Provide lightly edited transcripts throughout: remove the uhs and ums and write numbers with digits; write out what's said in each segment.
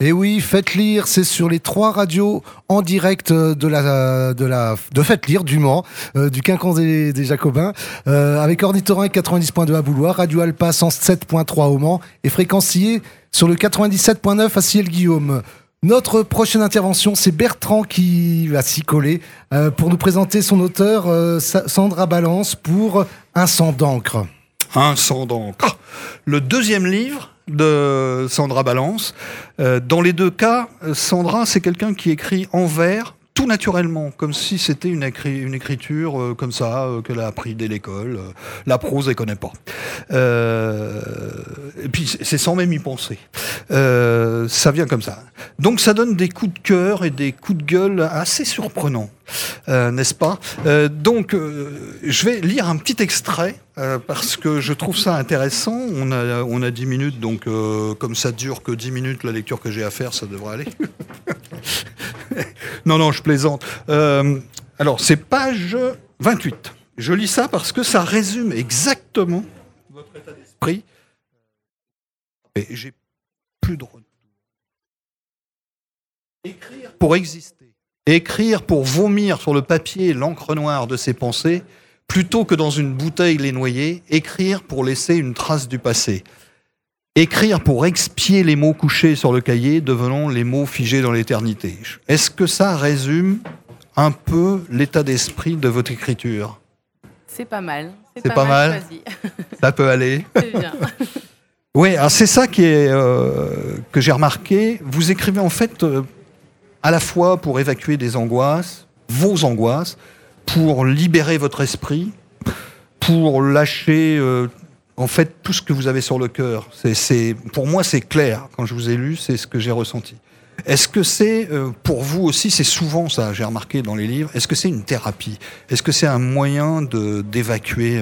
Et oui, Faites lire, c'est sur les 3 radios en direct de Faites lire du Mans, du Quinconce des Jacobins, avec Ornithorynque 90.2 à Boulois, Radio Alpa 107.3 au Mans et Fréquencier sur le 97.9 à Ciel-Guillaume. Notre prochaine intervention, c'est Bertrand qui va s'y coller pour nous présenter son auteur, Sandra Balance, pour Un sang d'encre. Un sang d'encre. Le deuxième livre de Sandra Balance. Dans les deux cas, Sandra, c'est quelqu'un qui écrit en vers, tout naturellement, comme si c'était une écriture comme ça, qu'elle a appris dès l'école. La prose, elle connaît pas. Et puis, c'est sans même y penser. Ça vient comme ça. Donc, ça donne des coups de cœur et des coups de gueule assez surprenants, n'est-ce pas ? Donc, je vais lire un petit extrait, parce que je trouve ça intéressant. On a 10 minutes, donc comme ça dure que 10 minutes, la lecture que j'ai à faire, ça devrait aller. Non, je plaisante. Alors, c'est page 28. Je lis ça parce que ça résume exactement votre état d'esprit. Et j'ai plus de retour. Écrire pour exister. Écrire pour vomir sur le papier l'encre noire de ses pensées, plutôt que dans une bouteille les noyer. Écrire pour laisser une trace du passé. Écrire pour expier les mots couchés sur le cahier, devenant les mots figés dans l'éternité. Est-ce que ça résume un peu l'état d'esprit de votre écriture ? C'est pas mal. C'est pas mal choisi. Ça peut aller. C'est bien. Oui, alors c'est ça qui est, que j'ai remarqué. Vous écrivez en fait à la fois pour évacuer des angoisses, vos angoisses, pour libérer votre esprit, pour lâcher en fait tout ce que vous avez sur le cœur. Pour moi, c'est clair. Quand je vous ai lu, c'est ce que j'ai ressenti. Est-ce que c'est, pour vous aussi, c'est souvent ça, j'ai remarqué dans les livres, est-ce que c'est une thérapie ? Est-ce que c'est un moyen d'évacuer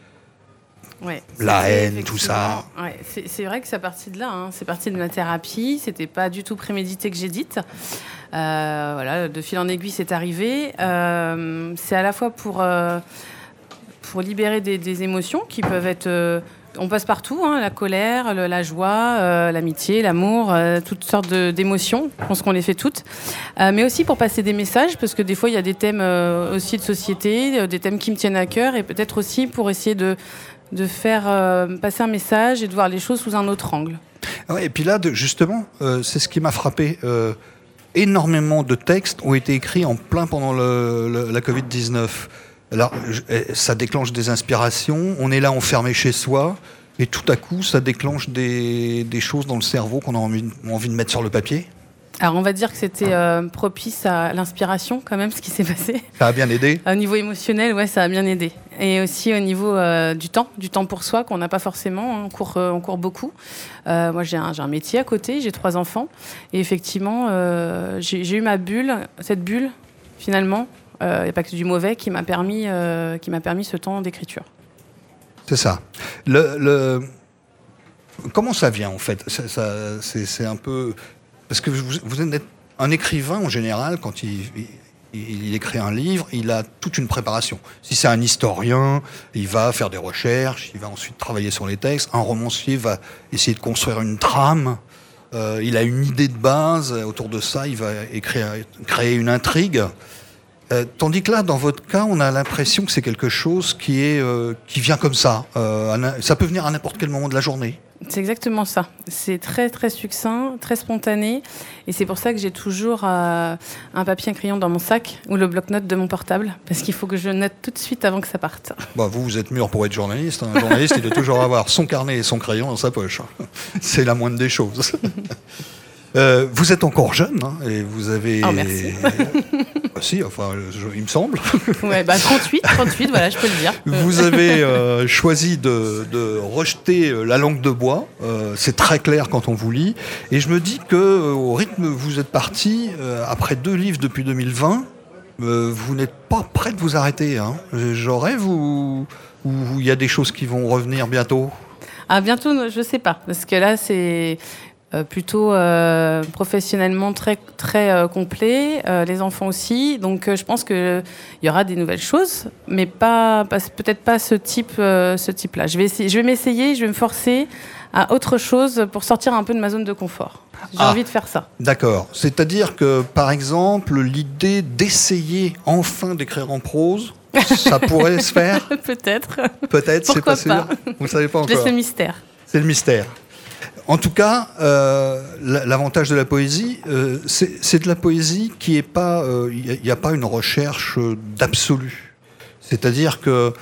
la haine, tout ça ? Ouais, c'est vrai que ça partit de là, hein. C'est parti de ma thérapie, c'était pas du tout prémédité que j'édite. Voilà, de fil en aiguille, c'est arrivé. C'est à la fois pour libérer des émotions qui peuvent être... on passe partout, hein, la colère, la joie, l'amitié, l'amour, toutes sortes d'émotions. Je pense qu'on les fait toutes. Mais aussi pour passer des messages, parce que des fois, il y a des thèmes aussi de société, des thèmes qui me tiennent à cœur, et peut-être aussi pour essayer de faire passer un message et de voir les choses sous un autre angle. Ouais, et puis là, justement, c'est ce qui m'a frappé. Énormément de textes ont été écrits en plein pendant la Covid-19. Alors, ça déclenche des inspirations, on est là enfermé chez soi, et tout à coup, ça déclenche des choses dans le cerveau qu'on a envie de mettre sur le papier. Alors, on va dire que c'était propice à l'inspiration, quand même, ce qui s'est passé. Ça a bien aidé ? Au niveau émotionnel, ouais, ça a bien aidé. Et aussi au niveau du temps pour soi, qu'on n'a pas forcément, hein, on court beaucoup. Moi, j'ai un métier à côté, j'ai 3 enfants, et effectivement, j'ai eu ma bulle, cette bulle, finalement, il n'y a pas que du mauvais qui m'a permis ce temps d'écriture. C'est ça. Comment ça vient en fait ? C'est un peu parce que vous êtes un écrivain en général quand il écrit un livre, il a toute une préparation. Si c'est un historien, il va faire des recherches, il va ensuite travailler sur les textes. Un romancier va essayer de construire une trame. Il a une idée de base. Autour de ça, il va créer une intrigue. Tandis que là, dans votre cas, on a l'impression que c'est quelque chose qui vient comme ça. Ça peut venir à n'importe quel moment de la journée. C'est exactement ça. C'est très, très succinct, très spontané. Et c'est pour ça que j'ai toujours un papier, un crayon dans mon sac ou le bloc-notes de mon portable. Parce qu'il faut que je note tout de suite avant que ça parte. Bah, vous êtes mûr pour être journaliste. Un journaliste, il doit toujours avoir son carnet et son crayon dans sa poche. C'est la moindre des choses. Vous êtes encore jeune, hein, et vous avez... Oh, merci. Si, enfin, il me semble. Ouais, 38, voilà, je peux le dire. Vous avez choisi de rejeter la langue de bois. C'est très clair quand on vous lit. Et je me dis qu'au rythme où vous êtes parti, après 2 livres depuis 2020, vous n'êtes pas prêt de vous arrêter. Hein. Ou il y a des choses qui vont revenir bientôt ? Ah, bientôt, je sais pas. Parce que là, c'est... plutôt professionnellement très, très complet, les enfants aussi. Donc je pense qu'il y aura des nouvelles choses, mais peut-être pas ce type-là. Je vais m'essayer, je vais me forcer à autre chose pour sortir un peu de ma zone de confort. J'ai envie de faire ça. D'accord. C'est-à-dire que, par exemple, l'idée d'essayer enfin d'écrire en prose, ça pourrait se faire. Peut-être. Peut-être, c'est pas sûr. Vous ne savez pas encore. Laisse le mystère. C'est le mystère. En tout cas, l'avantage de la poésie, c'est de la poésie qui est pas. Il n'y a pas une recherche d'absolu. C'est-à-dire que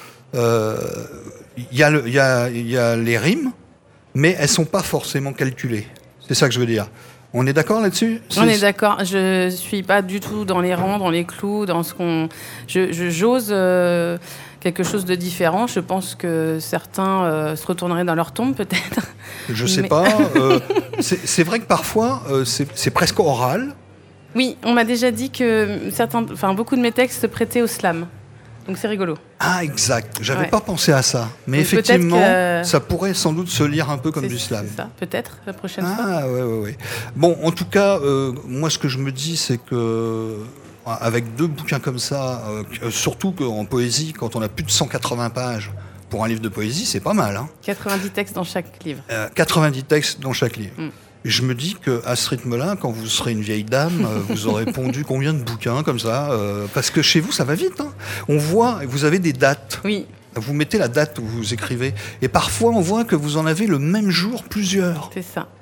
il y a les rimes, mais elles sont pas forcément calculées. C'est ça que je veux dire. On est d'accord là-dessus ? On est d'accord. Je suis pas du tout dans les rangs, dans les clous, dans ce qu'on. J'ose quelque chose de différent. Je pense que certains se retourneraient dans leur tombe, peut-être. Je sais pas. C'est vrai que parfois, c'est presque oral. Oui, on m'a déjà dit que beaucoup de mes textes se prêtaient au slam. Donc c'est rigolo. Ah, exact. J'avais pas pensé à ça. Mais donc effectivement, ça pourrait sans doute se lire un peu comme du slam. C'est ça, peut-être, la prochaine fois. Ah, ouais. Bon, en tout cas, moi, ce que je me dis, c'est que avec 2 bouquins comme ça, surtout qu'en poésie, quand on a plus de 180 pages pour un livre de poésie, c'est pas mal. Hein. 90 textes dans chaque livre. 90 textes dans chaque livre. Je me dis qu'à ce rythme-là, quand vous serez une vieille dame, vous aurez pondu combien de bouquins comme ça parce que chez vous, ça va vite. Hein. On voit, vous avez des dates. Oui. Vous mettez la date où vous écrivez. Et parfois, on voit que vous en avez le même jour plusieurs. C'est ça.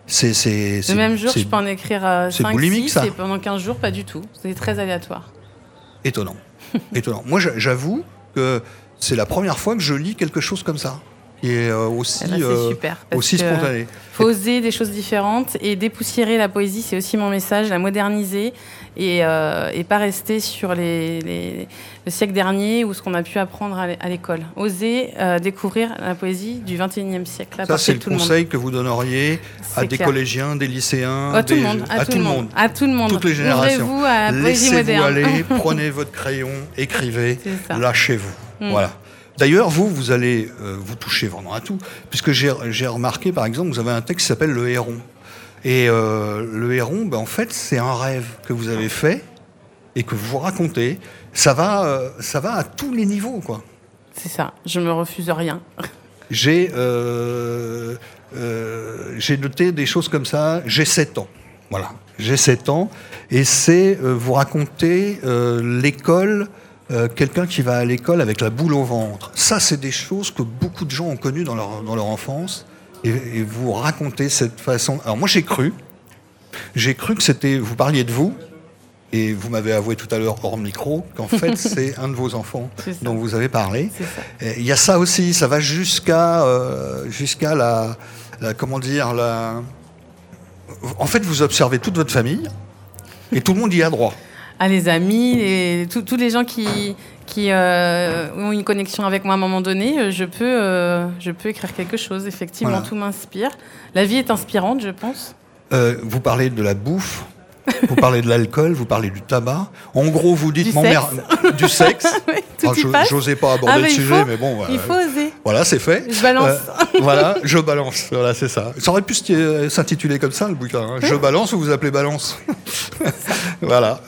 Le même jour, je peux en écrire 5, boulimique, 6, et pendant 15 jours, pas du tout. C'est très aléatoire. Étonnant. Moi, j'avoue que c'est la première fois que je lis quelque chose comme ça. Qui est aussi spontané. Il faut oser des choses différentes et dépoussiérer la poésie, c'est aussi mon message, la moderniser et pas rester sur le siècle dernier ou ce qu'on a pu apprendre à l'école. Oser découvrir la poésie du XXIe siècle. Ça, c'est le conseil que vous donneriez à des collégiens, des lycéens, à tout le monde, toutes les générations. Ouvrez-vous à la poésie moderne. Laissez-vous aller, prenez votre crayon, écrivez, lâchez-vous. Voilà. D'ailleurs, vous allez vous toucher vraiment à tout, puisque j'ai remarqué, par exemple, vous avez un texte qui s'appelle Le Héron. Et le Héron, en fait, c'est un rêve que vous avez fait et que vous racontez. Ça va à tous les niveaux, quoi. C'est ça, je me refuse rien. J'ai noté des choses comme ça. J'ai 7 ans. Voilà, j'ai 7 ans. Et c'est vous raconter l'école... quelqu'un qui va à l'école avec la boule au ventre. Ça, c'est des choses que beaucoup de gens ont connues dans leur enfance. Et vous racontez cette façon... Alors moi, j'ai cru que c'était... Vous parliez de vous, et vous m'avez avoué tout à l'heure hors micro qu'en fait, c'est un de vos enfants dont vous avez parlé. Il y a ça aussi, ça va jusqu'à la... Comment dire En fait, vous observez toute votre famille, et tout le monde y a droit. Les amis, tous les gens qui ont une connexion avec moi à un moment donné, je peux écrire quelque chose. Effectivement, Tout m'inspire. La vie est inspirante, je pense. Vous parlez de la bouffe, vous parlez de l'alcool, vous parlez du tabac. En gros, vous dites du sexe. Oui, j'osais pas aborder le sujet, mais bon. Il faut oser. Voilà, c'est fait. Je balance. Je balance. Voilà, c'est ça. Ça aurait pu s'intituler comme ça, le bouquin. Hein. Je balance ou vous appelez balance. Voilà.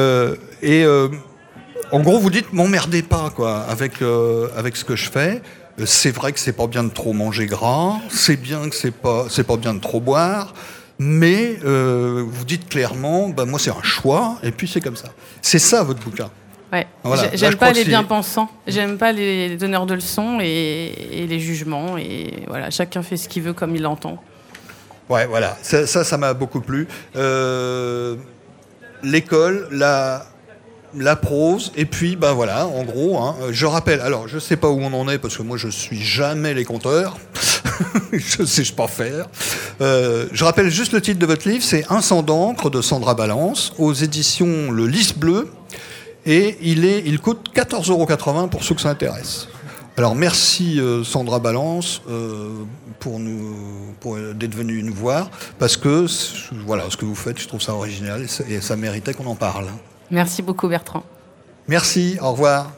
En gros, vous dites m'emmerdez pas, quoi, avec ce que je fais. C'est vrai que c'est pas bien de trop manger gras. C'est bien que c'est pas bien de trop boire. Mais vous dites clairement, moi c'est un choix, et puis c'est comme ça. C'est ça votre bouquin. Ouais. Voilà. J'aime pas les bien-pensants, j'aime pas les donneurs de leçons et les jugements. Et voilà, chacun fait ce qu'il veut comme il l'entend. Ouais, voilà. Ça m'a beaucoup plu. L'école, la prose, et puis voilà, en gros, je rappelle, alors je sais pas où on en est parce que moi je suis jamais les compteurs, je sais pas faire. Je rappelle juste le titre de votre livre, c'est Un sang d'encre de Sandra Balance, aux éditions Le Lys Bleu, et il coûte 14,80 € pour ceux que ça intéresse. Alors merci Sandra Balance d'être venue nous voir, parce que voilà, ce que vous faites, je trouve ça original et ça méritait qu'on en parle. Merci beaucoup Bertrand. Merci, au revoir.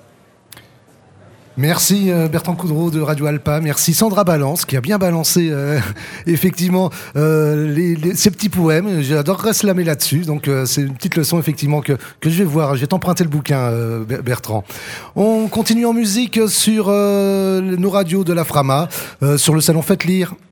Merci Bertrand Coudreau de Radio Alpa, merci Sandra Balance qui a bien balancé effectivement ces petits poèmes, j'adorerais slammer là-dessus, donc c'est une petite leçon effectivement que je vais voir, je vais t'emprunter le bouquin Bertrand. On continue en musique sur nos radios de la Frama, sur le salon Faites Lire.